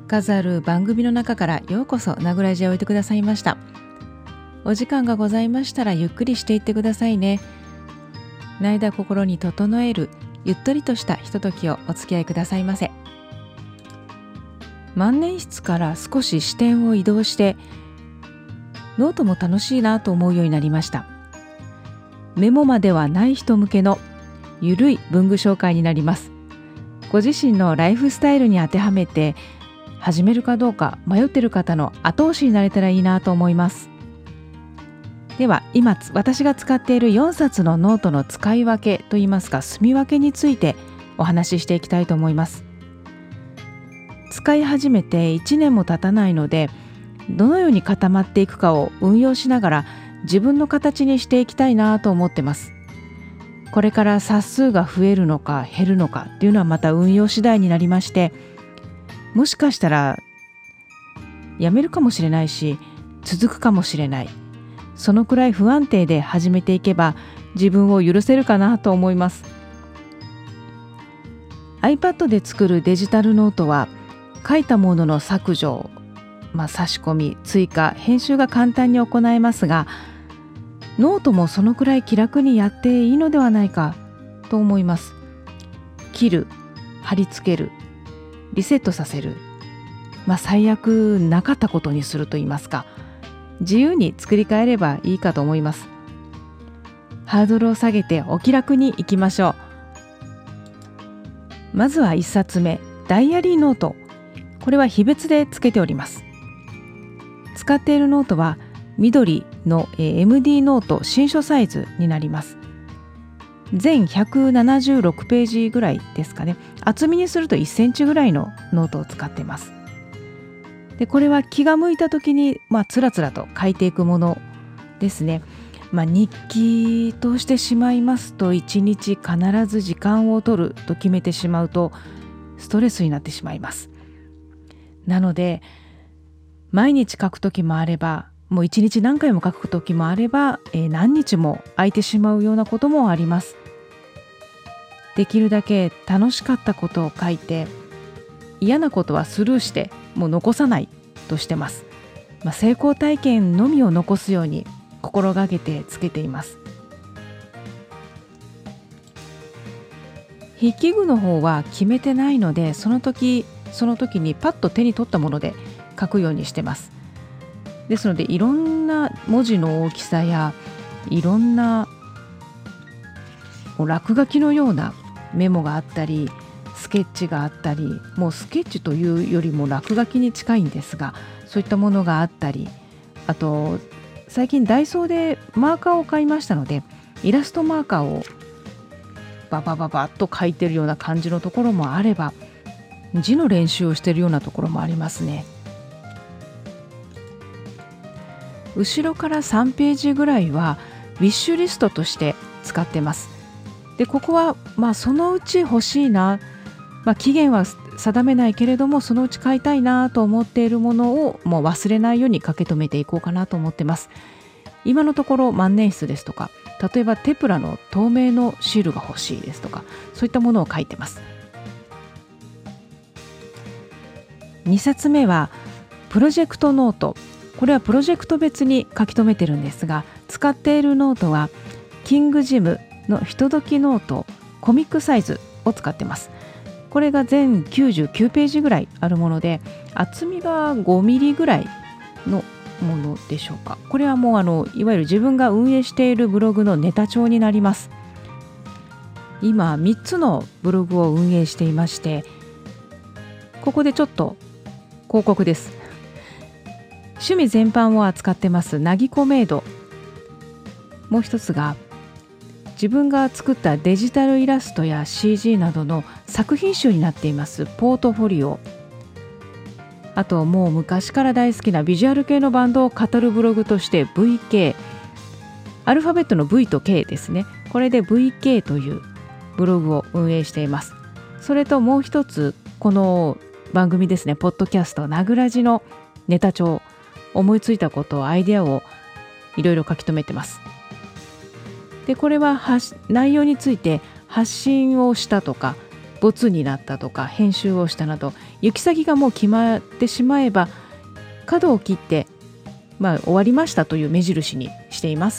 数ある番組の中からようこそなぐらじへおいでくださいました。お時間がございましたらゆっくりしていってくださいね。間心に整えるゆったりとしたひとときをお付き合いくださいませ。万年筆から少し視点を移動してノートも楽しいなと思うようになりました。メモまではない人向けのゆるい文具紹介になります。ご自身のライフスタイルに当てはめて始めるかどうか迷っている方の後押しになれたらいいなと思います。では今私が使っている4冊のノートの使い分けといいますか住み分けについてお話ししていきたいと思います。使い始めて1年も経たないのでどのように固まっていくかを運用しながら自分の形にしていきたいなと思ってます。これから冊数が増えるのか減るのかっていうのはまた運用次第になりまして、もしかしたらやめるかもしれないし続くかもしれない、そのくらい不安定で始めていけば自分を許せるかなと思います。 iPad で作るデジタルノートは書いたものの削除、差し込み追加編集が簡単に行えますが、ノートもそのくらい気楽にやっていいのではないかと思います。切る、貼り付ける、リセットさせる、最悪なかったことにするといいますか、自由に作り変えればいいかと思います。ハードルを下げてお気楽にいきましょう。まずは1冊目、ダイアリーノート。これは非別でつけております。使っているノートは緑の MD ノート新書サイズになります。全176ページぐらいですかね。厚みにすると1センチぐらいのノートを使っています。でこれは気が向いた時につらつらと書いていくものですね。日記としてしまいますと1日必ず時間を取ると決めてしまうとストレスになってしまいます。なので毎日書く時もあればもう1日何回も書く時もあれば、何日も空いてしまうようなこともあります。できるだけ楽しかったことを書いて嫌なことはスルーしてもう残さないとしてます。成功体験のみを残すように心がけてつけています。筆記具の方は決めてないのでその時にパッと手に取ったもので書くようにしてます。ですのでいろんな文字の大きさやいろんな落書きのようなメモがあったりスケッチがあったり、もうスケッチというよりも落書きに近いんですがそういったものがあったり、あと最近ダイソーでマーカーを買いましたのでイラストマーカーをババババッと書いてるような感じのところもあれば字の練習をしているようなところもありますね。後ろから3ページぐらいはウィッシュリストとして使ってます。でここはそのうち欲しいな、期限は定めないけれどもそのうち買いたいなと思っているものをもう忘れないように書き留めていこうかなと思ってます。今のところ万年筆ですとか、例えばテプラの透明のシールが欲しいですとか、そういったものを書いてます。2冊目はプロジェクトノート。これはプロジェクト別に書き留めてるんですが、使っているノートはキングジムのひとどきノートコミックサイズを使ってます。これが全99ページぐらいあるもので、厚みは5ミリぐらいのものでしょうか。これはもういわゆる自分が運営しているブログのネタ帳になります。今3つのブログを運営していまして、ここでちょっと広告です。趣味全般を扱ってますなぎこメイド。もう一つが自分が作ったデジタルイラストや CG などの作品集になっていますポートフォリオ。あともう昔から大好きなビジュアル系のバンドを語るブログとして VK、 アルファベットの V と K ですね。これで VK というブログを運営しています。それともう一つこの番組ですね、ポッドキャストなぐらじのネタ帳、思いついたことアイデアをいろいろ書き留めてます。でこれは内容について発信をしたとかボツになったとか編集をしたなど行き先がもう決まってしまえば角を切って、終わりましたという目印にしています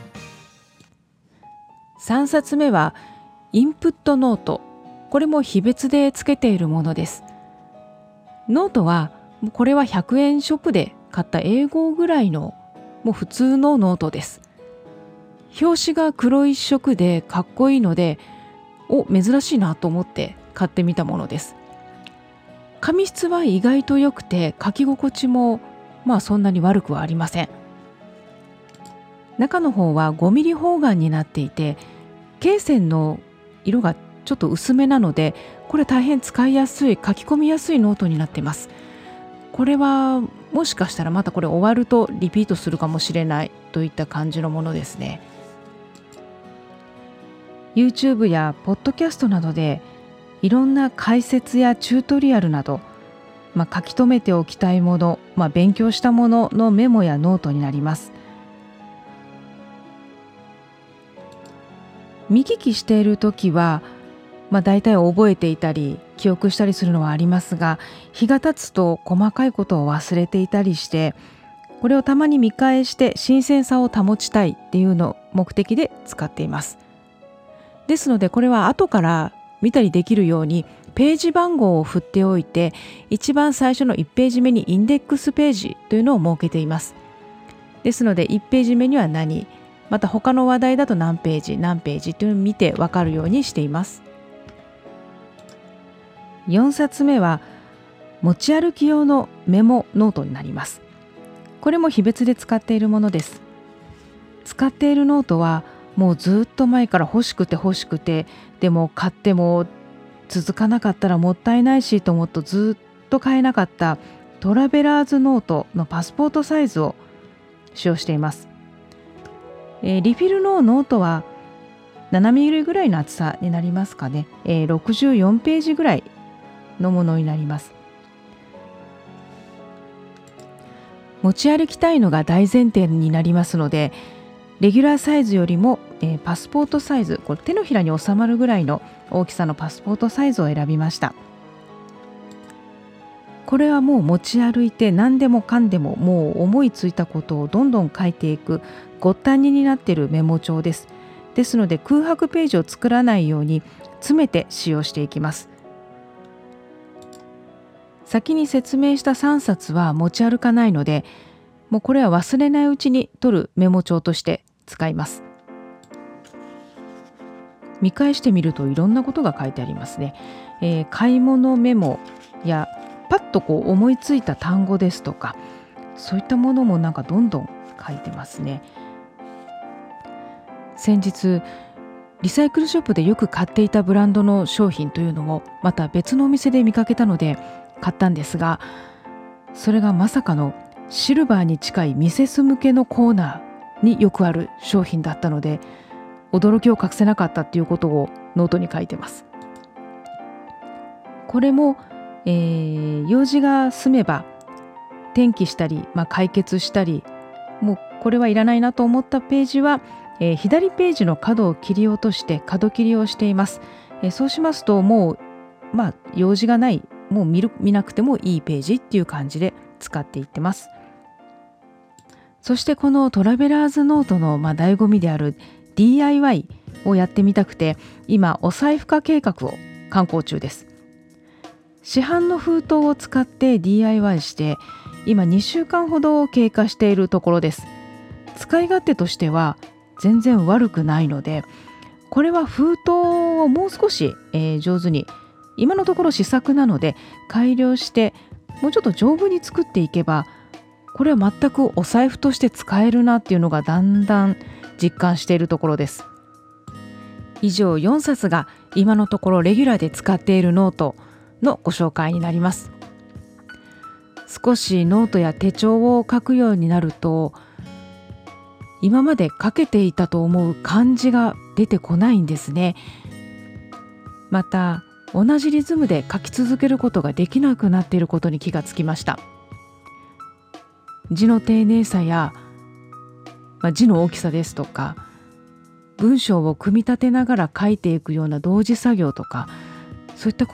。3冊目はインプットノート。これも非別でつけているものです。ノートはこれは100円ショップで買った英語ぐらいのもう普通のノートです。表紙が黒一色でかっこいいので珍しいなと思って買ってみたものです。紙質は意外と良くて書き心地もそんなに悪くはありません。中の方は5ミリ方眼になっていて罫線の色がちょっと薄めなのでこれ大変使いやすい書き込みやすいノートになっています。これはもしかしたらまたこれ終わるとリピートするかもしれないといった感じのものですね。YouTube やポッドキャストなどでいろんな解説やチュートリアルなど、書き留めておきたいもの、勉強したもののメモやノートになります。見聞きしているときは、だいたい覚えていたり記憶したりするのはありますが、日が経つと細かいことを忘れていたりして、これをたまに見返して新鮮さを保ちたいっていうの目的で使っています。ですのでこれは後から見たりできるようにページ番号を振っておいて、一番最初の1ページ目にインデックスページというのを設けています。ですので1ページ目には何、また他の話題だと何ページ何ページというのを見て分かるようにしています。4冊目は持ち歩き用のメモノートになります。これも非別で使っているものです。使っているノートはもうずっと前から欲しくて、でも買っても続かなかったらもったいないしと思ってずっと買えなかったトラベラーズノートのパスポートサイズを使用しています。リフィルのノートは7ミリぐらいの厚さになりますかね。64ページぐらいのものになります。持ち歩きたいのが大前提になりますので、レギュラーサイズよりも、パスポートサイズ、これ手のひらに収まるぐらいの大きさのパスポートサイズを選びました。これはもう持ち歩いて何でもかんでももう思いついたことをどんどん書いていくごったにになっているメモ帳です。ですので空白ページを作らないように詰めて使用していきます。先に説明した3冊は持ち歩かないので、もうこれは忘れないうちに取るメモ帳として使います。見返してみるといろんなことが書いてありますね。買い物メモやパッと思いついた単語ですとか、そういったものもどんどん書いてますね。先日リサイクルショップでよく買っていたブランドの商品というのをまた別のお店で見かけたので買ったんですが、それがまさかのシルバーに近いミセス向けのコーナーによくある商品だったので、驚きを隠せなかったっていうことをノートに書いてます。これも、用事が済めば転記したり、解決したり、もうこれはいらないなと思ったページは、左ページの角を切り落として角切りをしています。そうしますともう用事がない、もう見なくてもいいページっていう感じで使っていってます。そしてこのトラベラーズノートの醍醐味である DIY をやってみたくて、今お財布化計画を敢行中です。市販の封筒を使って DIY して今2週間ほど経過しているところです。使い勝手としては全然悪くないので、これは封筒をもう少し、上手に、今のところ試作なので改良してもうちょっと丈夫に作っていけば、これは全くお財布として使えるなっていうのがだんだん実感しているところです。以上4冊が今のところレギュラーで使っているノートのご紹介になります。少しノートや手帳を書くようになると、今まで書けていたと思う漢字が出てこないんですね。また同じリズムで書き続けることができなくなっていることに気がつきました。字の丁寧さや、字の大きさですとか、文章を組み立てながら書いていくような同時作業とか、そういったこの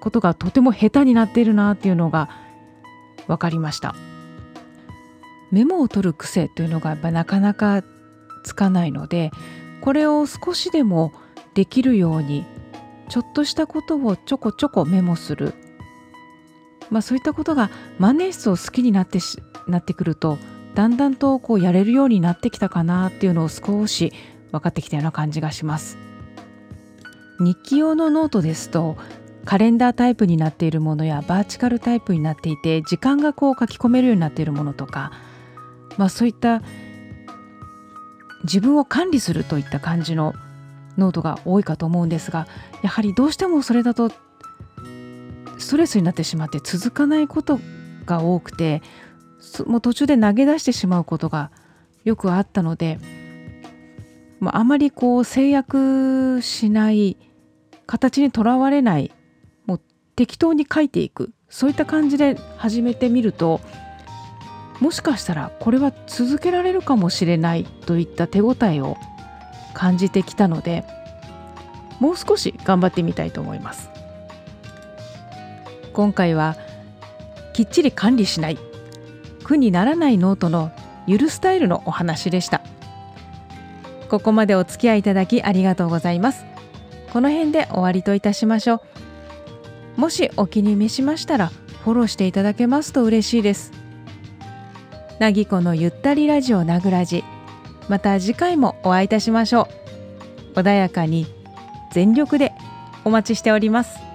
ことがとても下手になっているなっていうのが分かりました。メモを取る癖というのがやっぱなかなかつかないので、これを少しでもできるようにちょっとしたことをちょこちょこメモする、そういったことが万年筆を好きになってくると、だんだんとこうやれるようになってきたかなっていうのを少し分かってきたような感じがします。日記用のノートですと、カレンダータイプになっているものやバーチカルタイプになっていて、時間がこう書き込めるようになっているものとか、そういった自分を管理するといった感じのノートが多いかと思うんですが、やはりどうしてもそれだとストレスになってしまって続かないことが多くて、もう途中で投げ出してしまうことがよくあったので、あまりこう制約しない形にとらわれない、もう適当に書いていく、そういった感じで始めてみると、もしかしたらこれは続けられるかもしれないといった手応えを感じてきたので、もう少し頑張ってみたいと思います。今回はきっちり管理しない、苦にならないノートのゆるスタイルのお話でした。ここまでお付き合いいただきありがとうございます。この辺で終わりといたしましょう。もしお気に召しましたらフォローしていただけますと嬉しいです。なぎこのゆったりラジオなぐらじ、また次回もお会いいたしましょう。穏やかに全力でお待ちしております。